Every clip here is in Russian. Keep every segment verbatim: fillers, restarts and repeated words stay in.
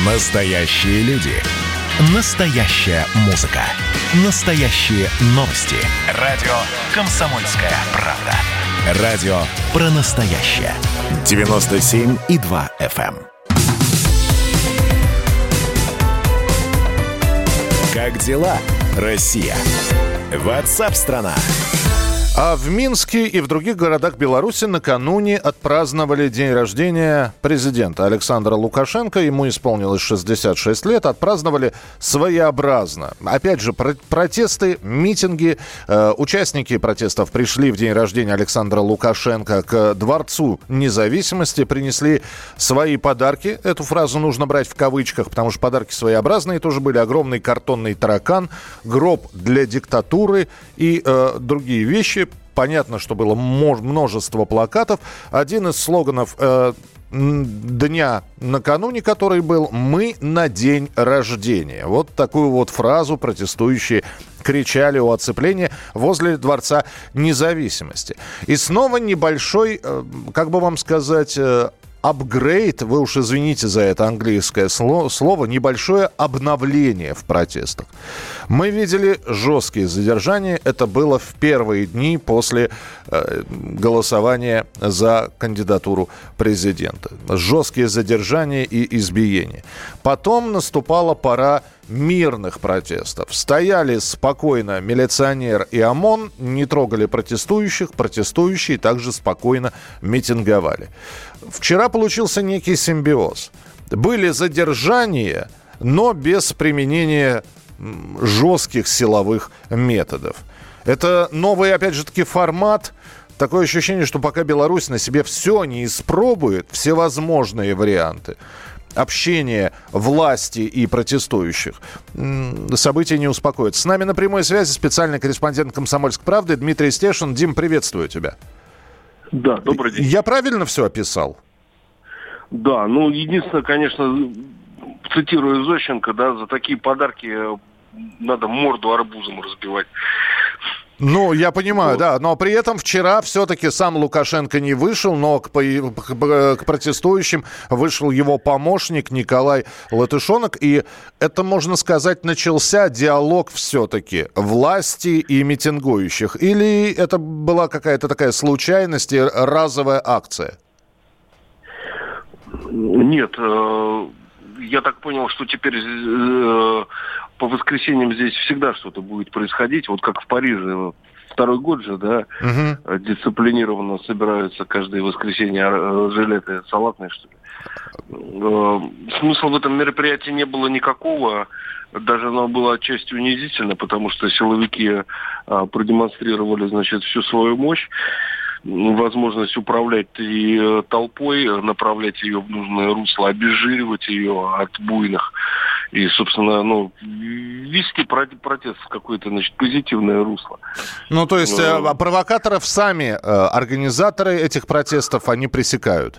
Настоящие люди. Настоящая музыка. Настоящие новости. Радио «Комсомольская правда». Радио про настоящее. девяносто семь и два эф эм. Как дела, Россия? Ватсап-страна! А в Минске и в других городах Беларуси накануне отпраздновали день рождения президента Александра Лукашенко. Ему исполнилось шестьдесят шесть лет. Отпраздновали своеобразно. Опять же, про- протесты, митинги. Э, участники протестов пришли в день рождения Александра Лукашенко к Дворцу Независимости. Принесли свои подарки. Эту фразу нужно брать в кавычках, потому что подарки своеобразные тоже были. Огромный картонный таракан, гроб для диктатуры и э, другие вещи. Понятно, что было множество плакатов. Один из слоганов э, дня накануне, который был «Мы на день рождения». Вот такую вот фразу протестующие кричали у оцепления возле Дворца Независимости. И снова небольшой, э, как бы вам сказать... Э, апгрейд, вы уж извините за это английское слово, небольшое обновление в протестах. Мы видели жесткие задержания. Это было в первые дни после э, голосования за кандидатуру президента. Жесткие задержания и избиения. Потом наступала пора мирных протестов. Стояли спокойно милиционер и ОМОН, не трогали протестующих, протестующие также спокойно митинговали. Вчера получился некий симбиоз. Были задержания, но без применения жестких силовых методов. Это новый, опять же таки, формат. Такое ощущение, что пока Беларусь на себе все не испробует, всевозможные варианты общения власти и протестующих, события не успокоят. С нами на прямой связи специальный корреспондент «Комсомольской правды» Дмитрий Стешин. Дим, приветствую тебя. Да, добрый день. Я правильно все описал? Да, ну, единственное, конечно, цитирую Зощенко, да, за такие подарки надо морду арбузом разбивать. Ну, я понимаю, вот. Да, но при этом вчера все-таки сам Лукашенко не вышел, но к, к, к протестующим вышел его помощник Николай Латышонок, и это, можно сказать, начался диалог все-таки власти и митингующих, или это была какая-то такая случайность и разовая акция? Нет, я так понял, что теперь по воскресеньям здесь всегда что-то будет происходить, вот как в Париже. Второй год же, да, uh-huh. дисциплинированно собираются каждое воскресенье жилеты салатные, что ли. Смысла в этом мероприятии не было никакого, даже оно было отчасти унизительно, потому что силовики продемонстрировали, значит, всю свою мощь, возможность управлять и толпой, направлять ее в нужное русло, обезжиривать ее от буйных. И, собственно, ну, вести протест в какое-то, значит, позитивное русло. Ну, то есть Но... провокаторов сами, организаторы этих протестов, они пресекают?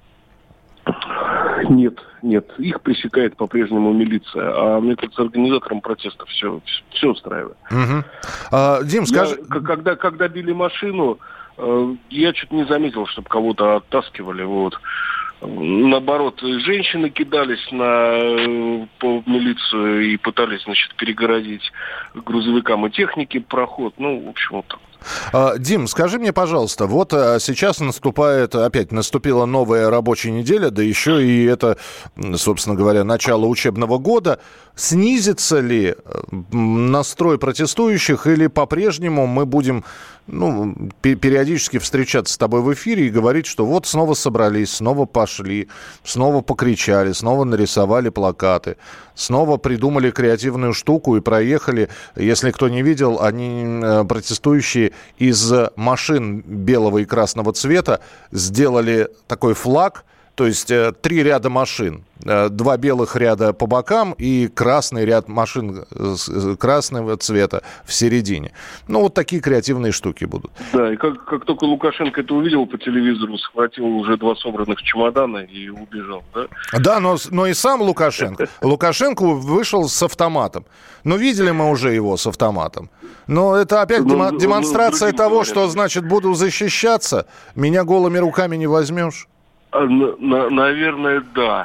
Нет, нет. Их пресекает по-прежнему милиция. А мне кажется, организаторам протестов все, все устраивает. Угу. А, Дим, скажи... Я, когда, когда били машину, я что-то не заметил, чтобы кого-то оттаскивали, вот. Наоборот, женщины кидались на по милицию и пытались, значит, перегородить грузовикам и технике проход. Ну, в общем, вот так. Дим, скажи мне, пожалуйста, вот сейчас наступает, опять наступила новая рабочая неделя, да еще и это, собственно говоря, начало учебного года. Снизится ли настрой протестующих или по-прежнему мы будем, ну, периодически встречаться с тобой в эфире и говорить, что вот снова собрались, снова пошли, снова покричали, снова нарисовали плакаты, снова придумали креативную штуку и проехали. Если кто не видел, они, протестующие, из машин белого и красного цвета сделали такой флаг, то есть э, три ряда машин, э, два белых ряда по бокам и красный ряд машин э, красного цвета в середине. Ну, вот такие креативные штуки будут. Да, и как, как только Лукашенко это увидел по телевизору, схватил уже два собранных чемодана и убежал, да? Да, но, но и сам Лукашенко. Лукашенко вышел с автоматом. Ну, видели мы уже его с автоматом. Но это опять демо- демонстрация того, что, значит, буду защищаться, меня голыми руками не возьмешь. На, наверное, да.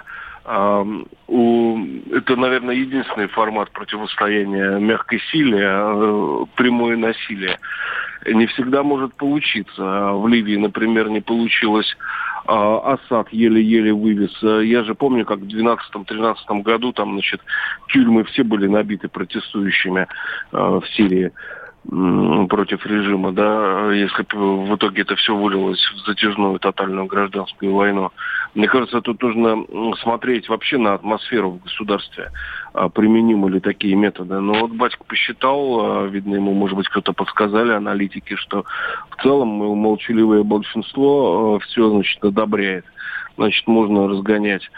Это, наверное, единственный формат противостояния мягкой силе, прямое насилие. Не всегда может получиться. В Ливии, например, не получилось. Асад еле-еле вывез. Я же помню, как в двенадцатом-тринадцатом году там, значит, тюрьмы все были набиты протестующими в Сирии против режима, да, если бы в итоге это все вылилось в затяжную тотальную гражданскую войну. Мне кажется, тут нужно смотреть вообще на атмосферу в государстве, применимы ли такие методы. Но вот батька посчитал, видно, ему, может быть, кто-то подсказали, аналитики, что в целом молчаливое большинство все, значит, одобряет. Значит, можно разгонять.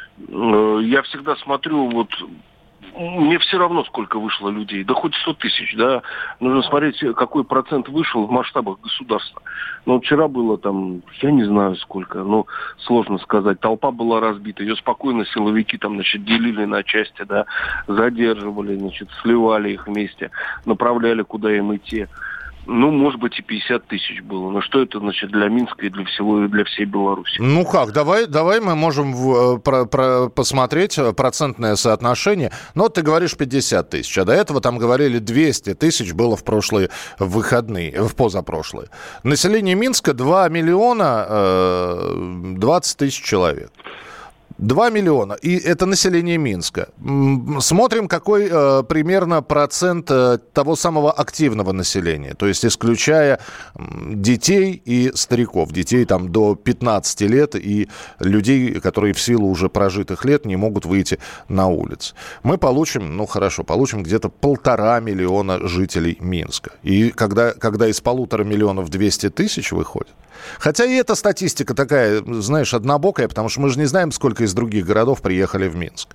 Я всегда смотрю, вот, мне все равно, сколько вышло людей. Да хоть сто тысяч, да. Нужно смотреть, какой процент вышел в масштабах государства. Но вчера было там, я не знаю сколько, но сложно сказать. Толпа была разбита. Ее спокойно силовики там, значит, делили на части, да. Задерживали, значит, сливали их вместе. Направляли, куда им идти. Ну, может быть, и пятьдесят тысяч было. Но что это, значит, для Минска и для всего, и для всей Беларуси? Ну как, давай, давай мы можем в, про, про, посмотреть процентное соотношение. Ну, вот ты говоришь пятьдесят тысяч, а до этого там говорили двести тысяч было в прошлые выходные, в позапрошлые. Население Минска два миллиона двадцать тысяч человек. два миллиона. И это население Минска. Смотрим, какой э, примерно процент э, того самого активного населения. То есть, исключая детей и стариков. Детей там до пятнадцати лет и людей, которые в силу уже прожитых лет не могут выйти на улицу. Мы получим, ну хорошо, получим где-то полтора миллиона жителей Минска. И когда, когда из полутора миллионов двести тысяч выходит. Хотя и эта статистика такая, знаешь, однобокая, потому что мы же не знаем, сколько из других городов приехали в Минск.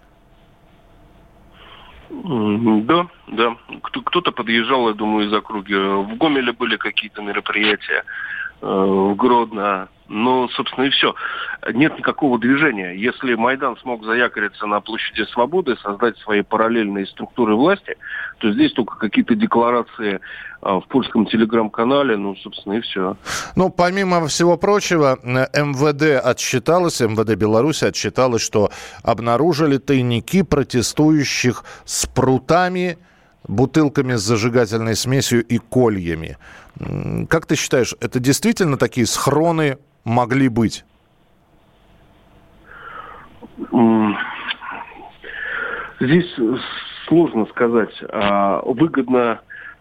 Да, да. Кто-то подъезжал, я думаю, из округи. В Гомеле были какие-то мероприятия, в Гродно. Ну, собственно, и все. Нет никакого движения. Если Майдан смог заякориться на площади Свободы, создать свои параллельные структуры власти, то здесь только какие-то декларации а, в польском телеграм-канале, ну, собственно, и все. Ну, помимо всего прочего, эм вэ дэ отсчиталось, эм вэ дэ Беларуси отсчиталось, что обнаружили тайники протестующих с прутами, бутылками с зажигательной смесью и кольями. Как ты считаешь, это действительно такие схроны могли быть? Здесь сложно сказать. Выгодно...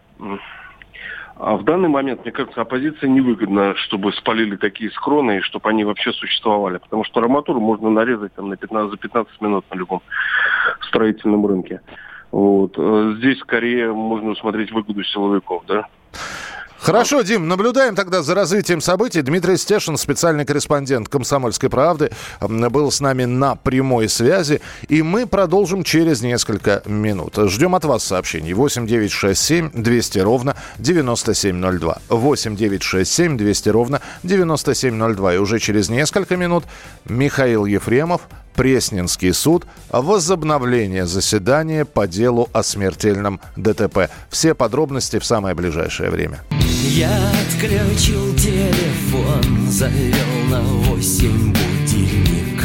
А в данный момент, мне кажется, оппозиции невыгодно, чтобы спалили такие схроны и чтобы они вообще существовали. Потому что арматуру можно нарезать там, на пятнадцать, за пятнадцать минут на любом строительном рынке. Вот. Здесь скорее можно усмотреть выгоду силовиков, да? Хорошо, Дим, наблюдаем тогда за развитием событий. Дмитрий Стешин, специальный корреспондент «Комсомольской правды», был с нами на прямой связи. И мы продолжим через несколько минут. Ждем от вас сообщений. восемь девятьсот шестьдесят семь двести ровно девяносто семь ноль два. восемь девятьсот шестьдесят семь двести ровно девяносто семь ноль два. И уже через несколько минут Михаил Ефремов, Пресненский суд, возобновление заседания по делу о смертельном дэ тэ пэ. Все подробности в самое ближайшее время. Я отключил телефон, завел на восемь будильник.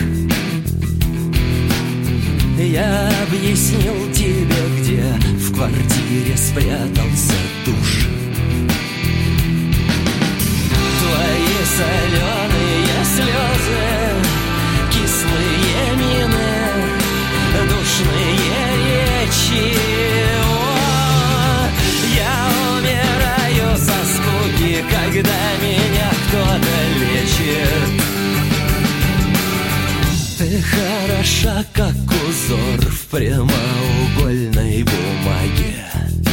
Я объяснил тебе, где в квартире спрятался душ. Твои соленые слезы, кислые мины, душные речи. О, я умираю со скуки, когда меня кто-то лечит. Ты хороша, как узор в прямоугольной бумаге.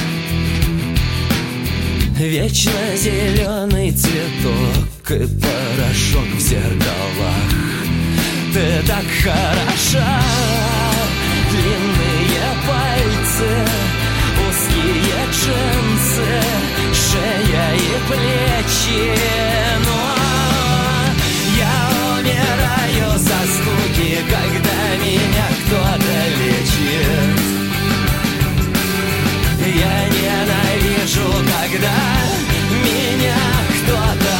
Вечно зеленый цветок и порошок в зеркалах. Ты так хороша, длинные пальцы, узкие джинсы, шея и плечи. Но я умираю со скуки, когда меня кто-то лечит. Я ненавижу, когда меня кто-то...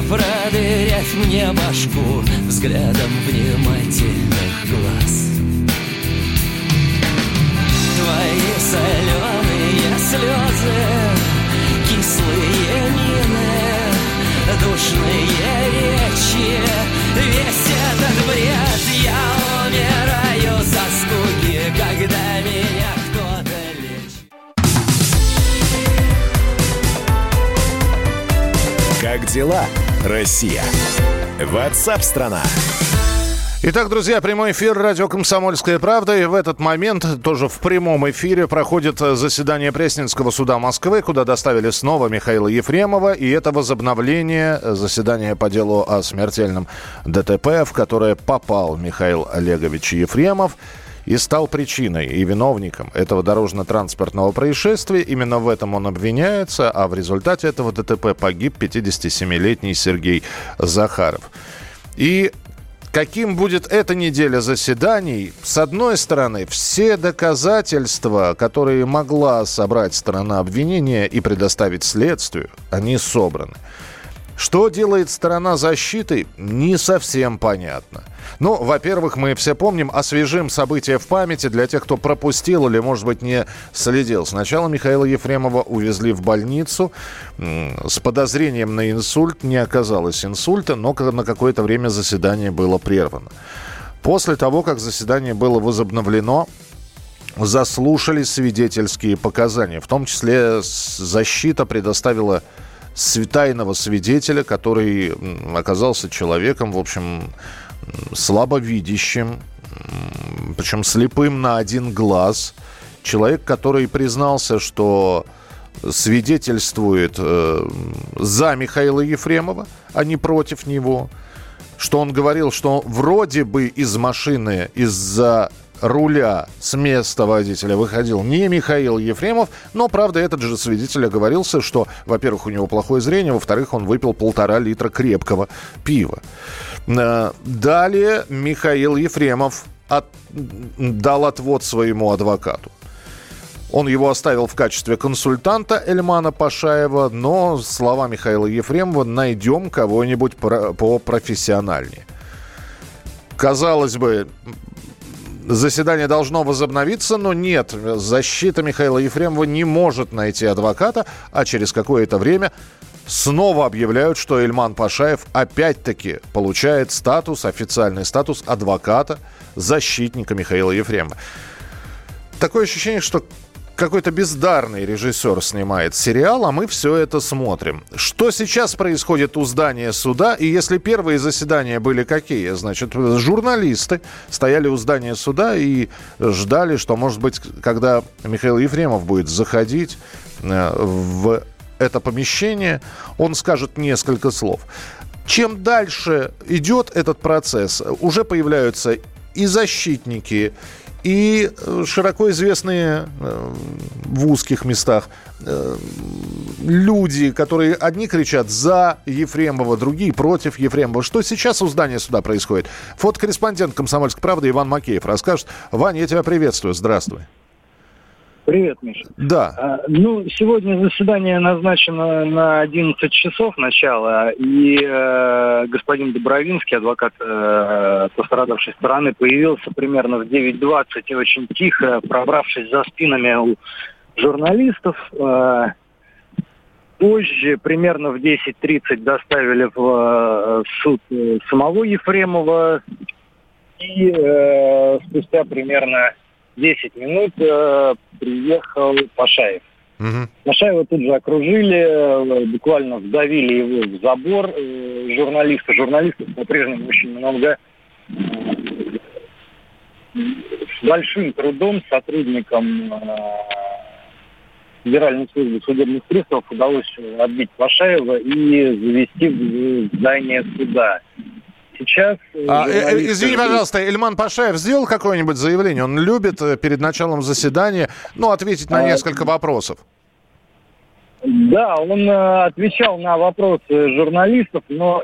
продырять мне башку взглядом внимательных глаз. Твои соленые слезы, кислые мины, душные речи, весь этот бред. Я умираю со скуки, когда меня кто-то лечит. Как дела, Россия? Ватсап-страна! Итак, друзья, прямой эфир радио «Комсомольская правда». И в этот момент тоже в прямом эфире проходит заседание Пресненского суда Москвы, куда доставили снова Михаила Ефремова. И это возобновление заседания по делу о смертельном ДТП, в которое попал Михаил Олегович Ефремов и стал причиной и виновником этого дорожно-транспортного происшествия. Именно в этом он обвиняется, а в результате этого ДТП погиб пятидесятисемилетний Сергей Захаров. И каким будет эта неделя заседаний? С одной стороны, все доказательства, которые могла собрать сторона обвинения и предоставить следствию, они собраны. Что делает сторона защиты, не совсем понятно. Ну, во-первых, мы все помним, освежим события в памяти для тех, кто пропустил или, может быть, не следил. Сначала Михаила Ефремова увезли в больницу с подозрением на инсульт. Не оказалось инсульта, но на какое-то время заседание было прервано. После того, как заседание было возобновлено, заслушались свидетельские показания. В том числе защита предоставила тайного свидетеля, который оказался человеком, в общем, слабовидящим, причем слепым на один глаз. Человек, который признался, что свидетельствует э, за Михаила Ефремова, а не против него. Что он говорил, что вроде бы из машины, из-за руля с места водителя выходил не Михаил Ефремов, но, правда, этот же свидетель оговорился, что, во-первых, у него плохое зрение, во-вторых, он выпил полтора литра крепкого пива. Далее Михаил Ефремов от... дал отвод своему адвокату. Он его оставил в качестве консультанта Эльмана Пашаева, но, слова Михаила Ефремова, найдем кого-нибудь про... попрофессиональнее. Казалось бы, заседание должно возобновиться, но нет, защита Михаила Ефремова не может найти адвоката, а через какое-то время снова объявляют, что Эльман Пашаев опять-таки получает статус, официальный статус адвоката, защитника Михаила Ефремова. Такое ощущение, что какой-то бездарный режиссер снимает сериал, а мы все это смотрим. Что сейчас происходит у здания суда? И если первые заседания были какие? Значит, журналисты стояли у здания суда и ждали, что, может быть, когда Михаил Ефремов будет заходить в это помещение, он скажет несколько слов. Чем дальше идет этот процесс, уже появляются и защитники, и широко известные э, в узких местах э, люди, которые одни кричат за Ефремова, другие против Ефремова. Что сейчас у здания суда происходит? Фотокорреспондент «Комсомольской правды» Иван Макеев расскажет. Ваня, я тебя приветствую. Здравствуй. Привет, Миша. Да. А, ну, сегодня заседание назначено на одиннадцать часов начала, и э, господин Добровинский, адвокат э, пострадавшей стороны, появился примерно в девять двадцать и очень тихо, пробравшись за спинами у журналистов. Э, позже, примерно в десять тридцать, доставили в э, суд самого Ефремова, и э, спустя примерно десять минут э, приехал Пашаев. Угу. Пашаева тут же окружили, буквально вдавили его в забор. Э, журналисты, журналистов по-прежнему очень много. С большим трудом сотрудникам э, Федеральной службы судебных приставов удалось отбить Пашаева и завести в здание суда. Сейчас... А, э, извини, пожалуйста, Эльман Пашаев сделал какое-нибудь заявление? Он любит перед началом заседания, ну, ответить на несколько вопросов. Да, он отвечал на вопросы журналистов, но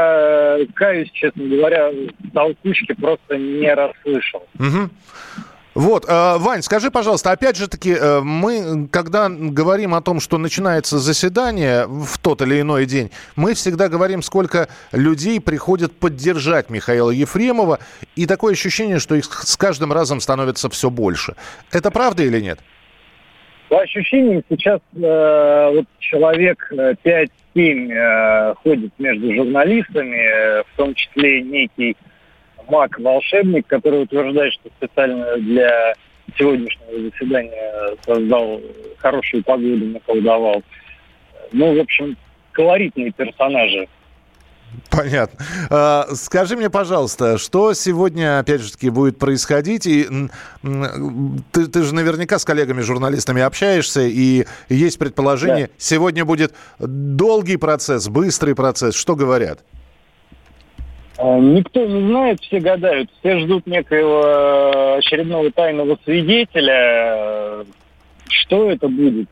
я, каюсь, честно говоря, в толкучке просто не расслышал. Угу. Вот, э, Вань, скажи, пожалуйста, опять же таки, э, мы, когда говорим о том, что начинается заседание в тот или иной день, мы всегда говорим, сколько людей приходят поддержать Михаила Ефремова, и такое ощущение, что их с каждым разом становится все больше. Это правда или нет? По ощущениям, сейчас э, вот человек пять-семь э, ходит между журналистами, э, в том числе некий маг-волшебник, который утверждает, что специально для сегодняшнего заседания создал хорошую погоду, наколдовал. Ну, в общем, колоритные персонажи. Понятно. А, скажи мне, пожалуйста, что сегодня, опять же таки, будет происходить? И ты, ты же наверняка с коллегами-журналистами общаешься, и есть предположение, да. Сегодня будет долгий процесс, быстрый процесс. Что говорят? Никто не знает, все гадают. Все ждут некоего очередного тайного свидетеля. Что это будет?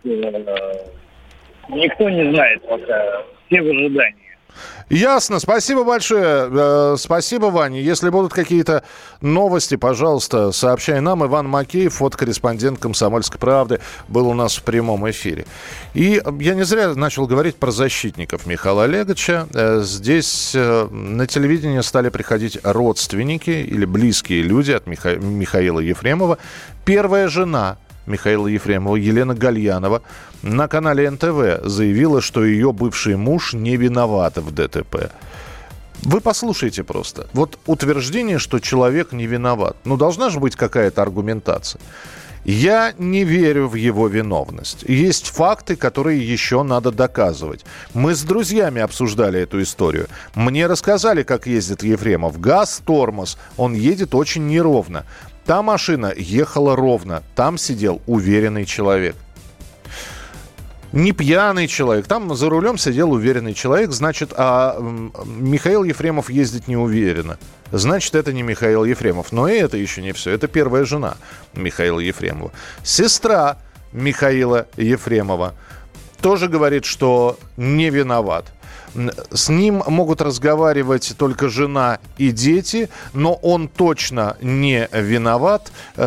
Никто не знает пока. Все в ожидании. Ясно. Спасибо большое. Спасибо, Ваня. Если будут какие-то новости, пожалуйста, сообщай нам. Иван Макеев, фотокорреспондент «Комсомольской правды», был у нас в прямом эфире. И я не зря начал говорить про защитников Михаила Олеговича. Здесь на телевидении стали приходить родственники или близкие люди от Миха... Михаила Ефремова. Первая жена Михаила Ефремова, Елена Гальянова, на канале эн тэ вэ заявила, что ее бывший муж не виноват в дэ тэ пэ. Вы послушайте просто. Вот утверждение, что человек не виноват. Ну, должна же быть какая-то аргументация. Я не верю в его виновность. Есть факты, которые еще надо доказывать. Мы с друзьями обсуждали эту историю. Мне рассказали, как ездит Ефремов. Газ, тормоз. Он едет очень неровно. Та машина ехала ровно. Там сидел уверенный человек. Не пьяный человек. Там за рулем сидел уверенный человек. Значит, а Михаил Ефремов ездит неуверенно. Значит, это не Михаил Ефремов. Но и это еще не все. Это первая жена Михаила Ефремова. Сестра Михаила Ефремова тоже говорит, что не виноват. С ним могут разговаривать только жена и дети, но он точно не виноват.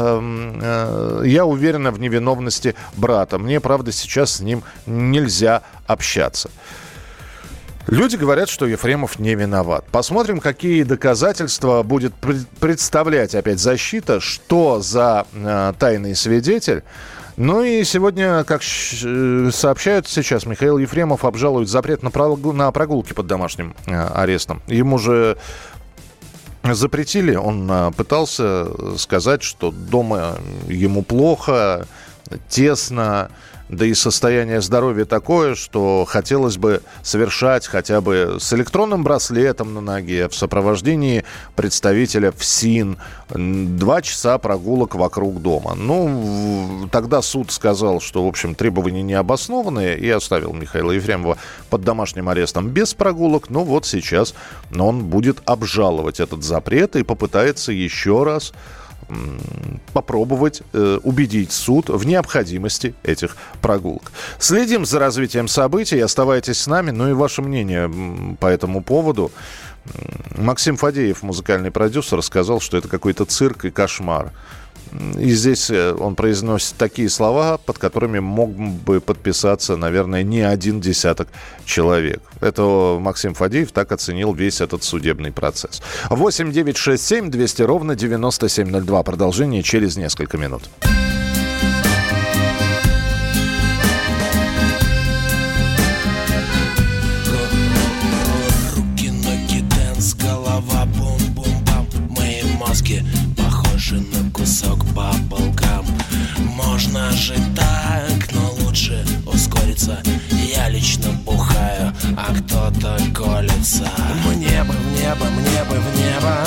Я уверена в невиновности брата. Мне, правда, сейчас с ним нельзя общаться. Люди говорят, что Ефремов не виноват. Посмотрим, какие доказательства будет представлять опять защита, что за тайный свидетель. Ну и сегодня, как сообщают сейчас, Михаил Ефремов обжалует запрет на прогулки под домашним арестом. Ему же запретили, он пытался сказать, что дома ему плохо, тесно, да и состояние здоровья такое, что хотелось бы совершать хотя бы с электронным браслетом на ноге, в сопровождении представителя ФСИН, два часа прогулок вокруг дома. Ну, тогда суд сказал, что, в общем, требования необоснованные, и оставил Михаила Ефремова под домашним арестом без прогулок. Ну, вот сейчас он будет обжаловать этот запрет и попытается еще раз попробовать э, убедить суд в необходимости этих прогулок. Следим за развитием событий, оставайтесь с нами. Ну и ваше мнение по этому поводу. Максим Фадеев, музыкальный продюсер, сказал, что это какой-то цирк и кошмар. И здесь он произносит такие слова, под которыми мог бы подписаться, наверное, не один десяток человек. Это Максим Фадеев так оценил весь этот судебный процесс. восемь девятьсот шестьдесят семь двести ровно девяносто семь ноль два. Продолжение через несколько минут. Руки, ноги, дэнс, голова, бум-бум-бам. Мои мозги похожи на кусок баблгам. Можно жить так, но лучше ускориться. Я лично бухаю, а кто-то колется. Мне бы в небо, мне бы в небо.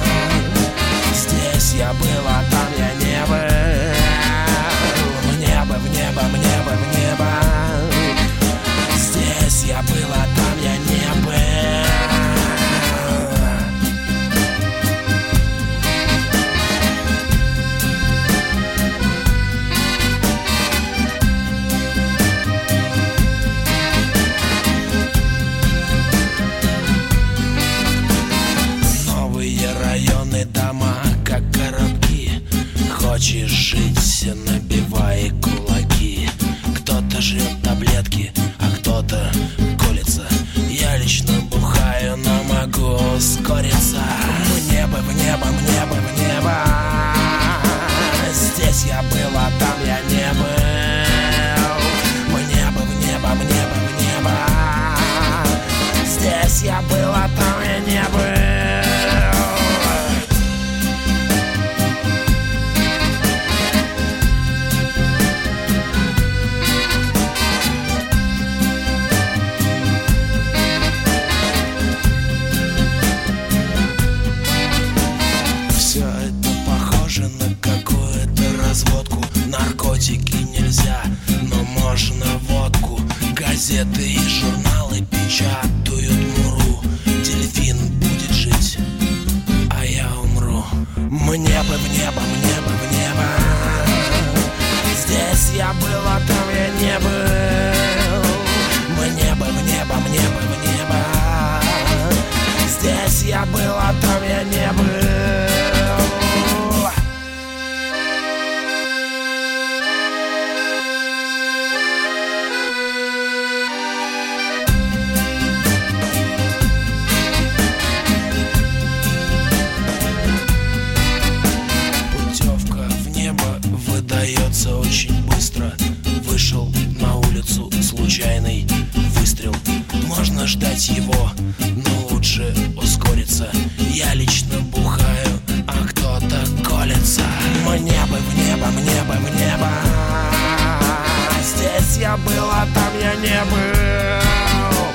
Здесь я был, а там я не был. Мне бы в небо, мне бы в небо. Здесь я был, а там я не был. Дома, как коробки, смейся, набивай кулаки. Кто-то жрет таблетки, а кто-то колется. Я лично бухаю, но могу ускориться. Мне бы в небо, мне бы в небо. Здесь я был, а там я не был. Мне бы в небо, мне бы в небо. Здесь я был, а там я не был. Разводку, наркотики нельзя, но можно водку. Газеты и журналы печатают муру. Дельфин будет жить, а я умру. Мне бы в небо, мне бы в небо. Здесь я был, а там я не был. Мне бы в небо, мне бы в небо. Здесь я был, а там я не был. Дается очень быстро. Вышел на улицу, случайный выстрел. Можно ждать его, но лучше ускориться. Я лично бухаю, а кто-то колется. Мне бы в небо, мне бы в небо. Здесь я был, а там я не был.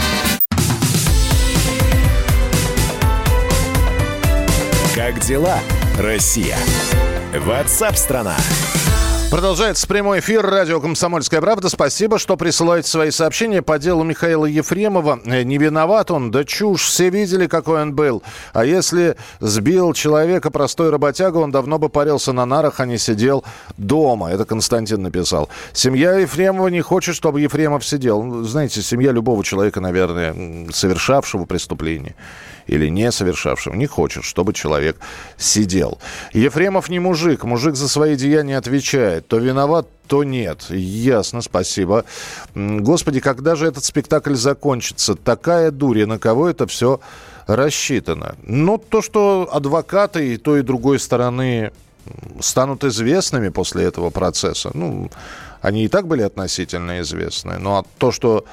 Как дела, Россия? Ватсап-страна! Продолжается прямой эфир радио «Комсомольская правда». Спасибо, что присылаете свои сообщения по делу Михаила Ефремова. Не виноват он, да чушь, все видели, какой он был. А если сбил человека, простой работяга, он давно бы парился на нарах, а не сидел дома. Это Константин написал. Семья Ефремова не хочет, чтобы Ефремов сидел. Знаете, семья любого человека, наверное, совершавшего преступление или не совершавшего, не хочет, чтобы человек сидел. Ефремов не мужик. Мужик за свои деяния отвечает. То виноват, то нет. Ясно, спасибо. Господи, когда же этот спектакль закончится? Такая дурь, на кого это все рассчитано? Ну, то, что адвокаты и той, и другой стороны станут известными после этого процесса, ну, они и так были относительно известны. Ну, а то, что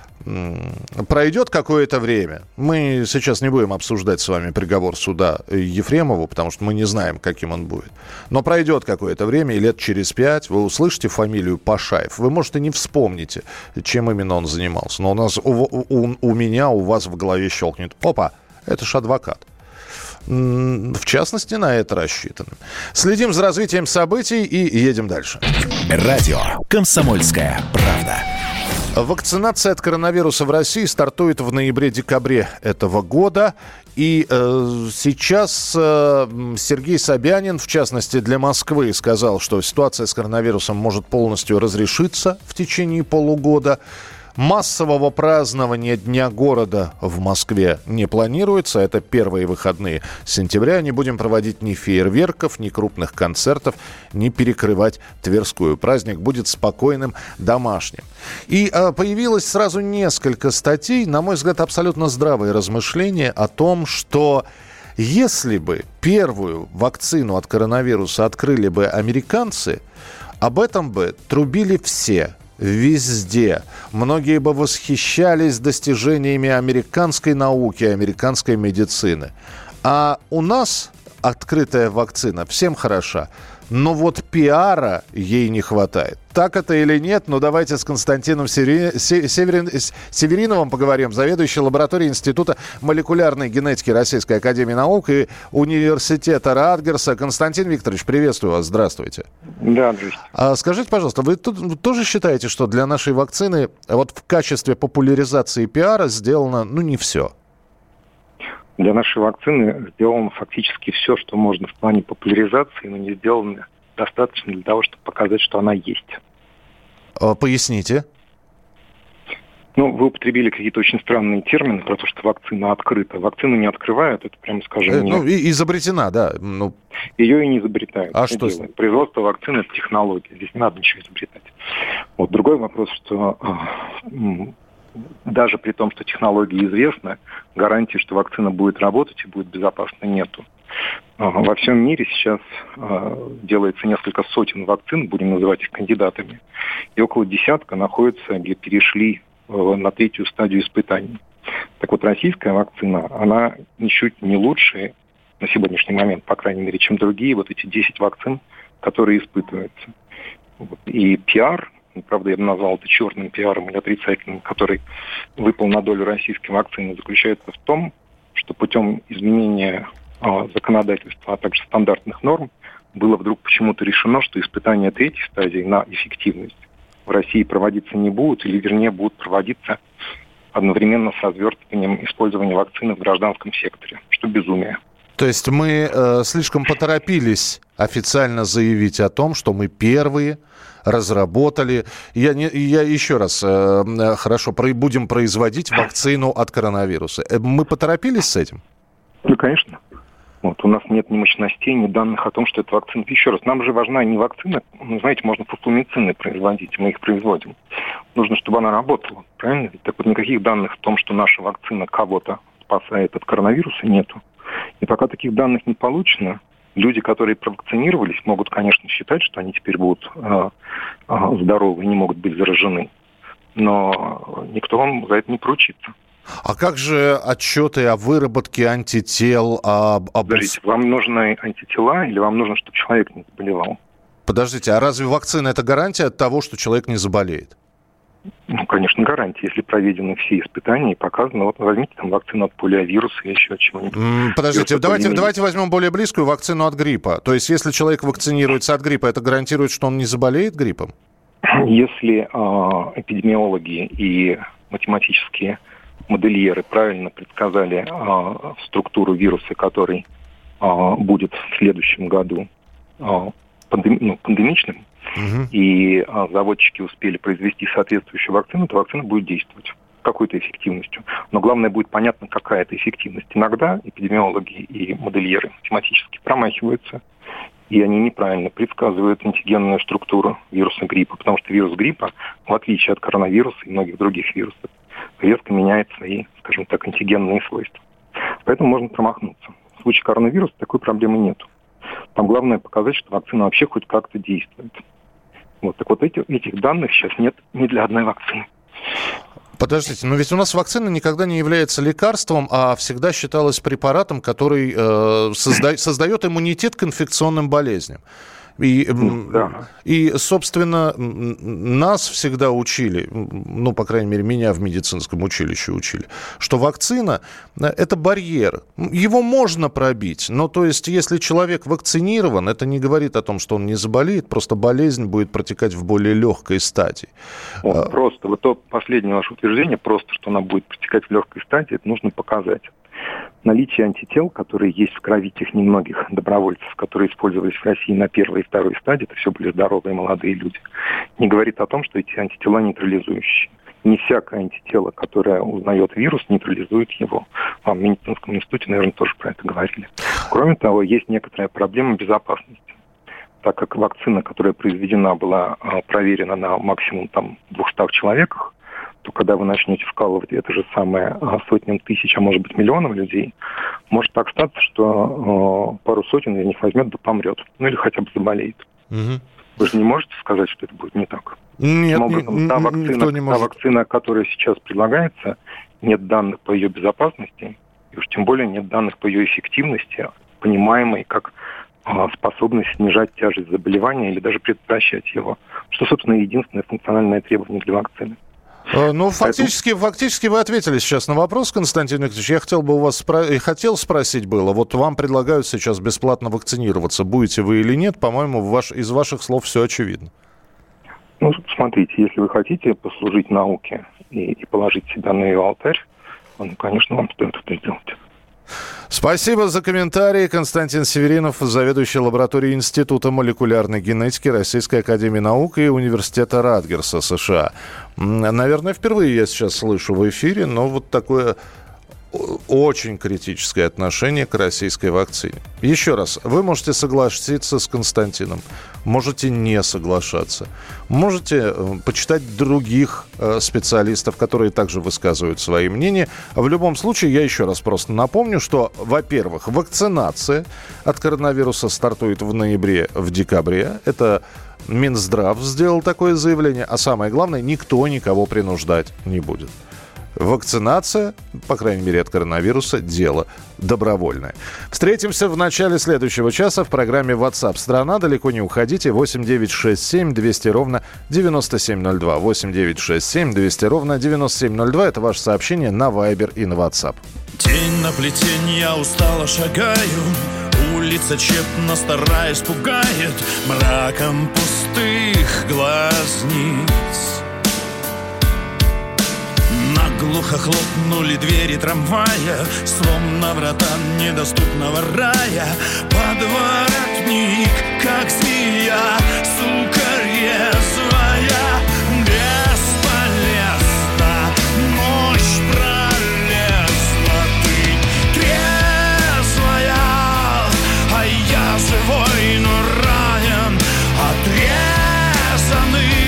пройдет какое-то время. Мы сейчас не будем обсуждать с вами приговор суда Ефремову, потому что мы не знаем, каким он будет. Но пройдет какое-то время, и лет через пять вы услышите фамилию Пашаев. Вы, может, и не вспомните, чем именно он занимался. Но у нас, у, у, у меня, у вас в голове щелкнет. Опа, это ж адвокат. В частности, на это рассчитано. Следим за развитием событий и едем дальше. Радио «Комсомольская правда». Вакцинация от коронавируса в России стартует в ноябре-декабре этого года. И э, сейчас э, Сергей Собянин, в частности для Москвы, сказал, что ситуация с коронавирусом может полностью разрешиться в течение полугода. Массового празднования Дня города в Москве не планируется. Это первые выходные сентября. Не будем проводить ни фейерверков, ни крупных концертов, ни перекрывать Тверскую. Праздник будет спокойным, домашним. И а, появилось сразу несколько статей, на мой взгляд, абсолютно здравые размышления о том, что если бы первую вакцину от коронавируса открыли бы американцы, об этом бы трубили все. Везде. Многие бы восхищались достижениями американской науки, американской медицины. А у нас открытая вакцина всем хороша. Но вот пиара ей не хватает. Так это или нет? Ну, давайте с Константином Севери... Северин... Севериновым поговорим, заведующий лабораторией Института молекулярной генетики Российской академии наук и Университета Радгерса. Константин Викторович, приветствую вас. Здравствуйте. Да, здравствуйте. А скажите, пожалуйста, вы тут вы тоже считаете, что для нашей вакцины вот в качестве популяризации пиара сделано, ну, не все? Для нашей вакцины сделано фактически все, что можно в плане популяризации, но не сделано достаточно для того, чтобы показать, что она есть. Поясните. Ну, вы употребили какие-то очень странные термины про то, что вакцина открыта. Вакцину не открывают, это, прямо скажем, Э, не... ну, и, изобретена, да. Ну... Ее и не изобретают. А что? Делают. Производство вакцины – это технология. Здесь не надо ничего изобретать. Вот другой вопрос, что э, даже при том, что технология известна, гарантии, что вакцина будет работать и будет безопасна, нету. Э, во всем мире сейчас э, делается несколько сотен вакцин, будем называть их кандидатами, и около десятка находятся или перешли на третью стадию испытаний. Так вот, российская вакцина, она ничуть не лучше на сегодняшний момент, по крайней мере, чем другие вот эти десять вакцин, которые испытываются. Вот. И пиар, правда, я бы назвал это черным пиаром или отрицательным, который выпал на долю российской вакцины, заключается в том, что путем изменения а, законодательства, а также стандартных норм, было вдруг почему-то решено, что испытания третьей стадии на эффективность в России проводиться не будут, или, вернее, будут проводиться одновременно с развертыванием использования вакцины в гражданском секторе, что безумие. То есть мы э, слишком поторопились официально заявить о том, что мы первые разработали. Я, не, я еще раз, э, хорошо, про, будем производить вакцину от коронавируса. Мы поторопились с этим? Ну, конечно. Вот, у нас нет ни мощностей, ни данных о том, что это вакцина. Еще раз, нам же важна не вакцина. Ну, знаете, можно фуфломицины производить, мы их производим. Нужно, чтобы она работала, правильно? Так вот, никаких данных о том, что наша вакцина кого-то спасает от коронавируса, нету. И пока таких данных не получено, люди, которые провакцинировались, могут, конечно, считать, что они теперь будут э, э, здоровы и не могут быть заражены. Но никто вам за это не поручится. А как же отчеты о выработке антител? Об, об... Подождите, вам нужны антитела или вам нужно, чтобы человек не заболевал? Подождите, а разве вакцина – это гарантия от того, что человек не заболеет? Ну, конечно, гарантия, если проведены все испытания и показано. Вот возьмите там вакцину от полиовируса или еще от чего-нибудь. Подождите, давайте, давайте возьмем более близкую вакцину от гриппа. То есть, если человек вакцинируется от гриппа, это гарантирует, что он не заболеет гриппом? Если э, эпидемиологи и математические модельеры правильно предсказали э, структуру вируса, который э, будет в следующем году э, пандем, ну, пандемичным, угу. и э, заводчики успели произвести соответствующую вакцину, то вакцина будет действовать какой-то эффективностью. Но главное, будет понятно, какая это эффективность. Иногда эпидемиологи и модельеры математически промахиваются, и они неправильно предсказывают антигенную структуру вируса гриппа, потому что вирус гриппа, в отличие от коронавируса и многих других вирусов, резко меняет свои, скажем так, антигенные свойства. Поэтому можно промахнуться. В случае коронавируса такой проблемы нет. Там главное показать, что вакцина вообще хоть как-то действует. Вот. Так вот эти, этих данных сейчас нет ни для одной вакцины. Подождите, но ведь у нас вакцина никогда не является лекарством, а всегда считалась препаратом, который э, созда- создает иммунитет к инфекционным болезням. И, да. и, собственно, нас всегда учили, ну, по крайней мере, меня в медицинском училище учили, что вакцина – это барьер. Его можно пробить, но, то есть, если человек вакцинирован, это не говорит о том, что он не заболеет, просто болезнь будет протекать в более легкой стадии. Вот, просто, вот то последнее ваше утверждение, просто, что она будет протекать в легкой стадии, это нужно показать. Наличие антител, которые есть в крови тех немногих добровольцев, которые использовались в России на первой и второй стадии, это все были здоровые молодые люди, не говорит о том, что эти антитела нейтрализующие. Не всякое антитело, которое узнает вирус, нейтрализует его. Вам в медицинском институте, наверное, тоже про это говорили. Кроме того, есть некоторая проблема безопасности. Так как вакцина, которая произведена, была проверена на максимум там, двухстах человеках, то когда вы начнете вкалывать это же самое сотням тысяч, а может быть миллионам людей, может так статься, что э, пару сотен из них возьмет да помрет. Ну или хотя бы заболеет. Угу. Вы же не можете сказать, что это будет не так. Нет, Таким образом, н- та, н- вакцина, никто не может. та вакцина, которая сейчас предлагается, нет данных по ее безопасности, и уж тем более нет данных по ее эффективности, понимаемой как э, способность снижать тяжесть заболевания или даже предотвращать его. Что, собственно, единственное функциональное требование для вакцины. Ну, фактически, Поэтому... фактически вы ответили сейчас на вопрос, Константин Викторович. Я хотел бы у вас спро... хотел спросить было, вот вам предлагают сейчас бесплатно вакцинироваться. Будете вы или нет? По-моему, ваш... из ваших слов все очевидно. Ну, смотрите, если вы хотите послужить науке и, и положить себя на ее алтарь, ну, конечно, вам стоит это сделать. Спасибо за комментарии. Константин Северинов, заведующий лабораторией Института молекулярной генетики Российской академии наук и Университета Ратгерса, США. Наверное, впервые я сейчас слышу в эфире, но вот такое очень критическое отношение к российской вакцине. Еще раз, вы можете согласиться с Константином, можете не соглашаться, можете почитать других специалистов, которые также высказывают свои мнения. В любом случае, я еще раз просто напомню, что, во-первых, вакцинация от коронавируса стартует в ноябре, в декабре. Это Минздрав сделал такое заявление, а самое главное, никто никого принуждать не будет. Вакцинация, по крайней мере, от коронавируса, дело добровольное. Встретимся в начале следующего часа в программе WhatsApp страна. Далеко не уходите. восемь девятьсот шестьдесят семь двести ровно девяносто семь ноль два. восемь девятьсот шестьдесят семь двести ровно девяносто семь ноль два. Это ваше сообщение на Viber и на WhatsApp. День на плетень, я устало шагаю. Улица тщетно стараясь пугает мраком пустых глазниц. Глухо хлопнули двери трамвая, словно врата недоступного рая. Подворотник, как змея, сука резвая, бесполезна, мощь пролезла. Ты трезвая, а я живой, но ранен, отрезанный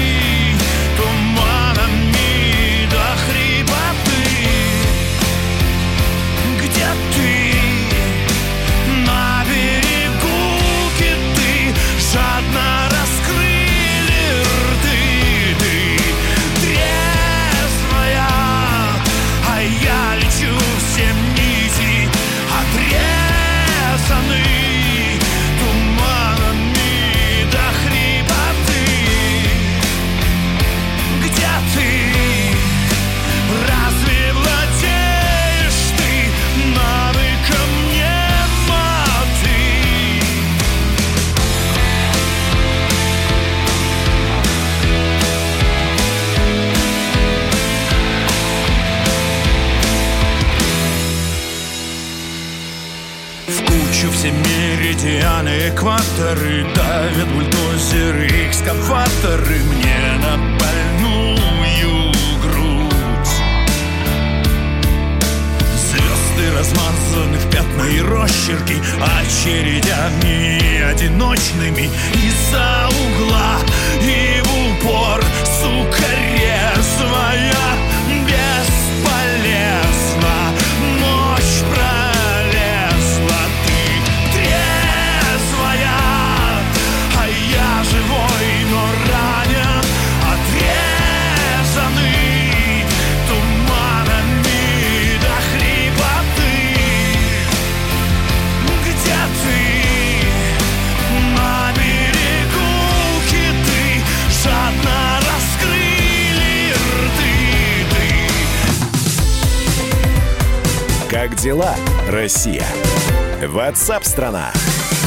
все меридианы, экваторы, давят бульдозеры, экскаваторы мне на больную грудь. Звезды размазаны в пятна и росчерки, очередями одиночными из-за угла и в упор, сука резвая, бесполезна, мощь пролезла. Живой, но ранен, отрезанный туманами до хрипоты. Где ты? На берегу киты жадно раскрыли рты. Как дела, Россия? WhatsApp страна.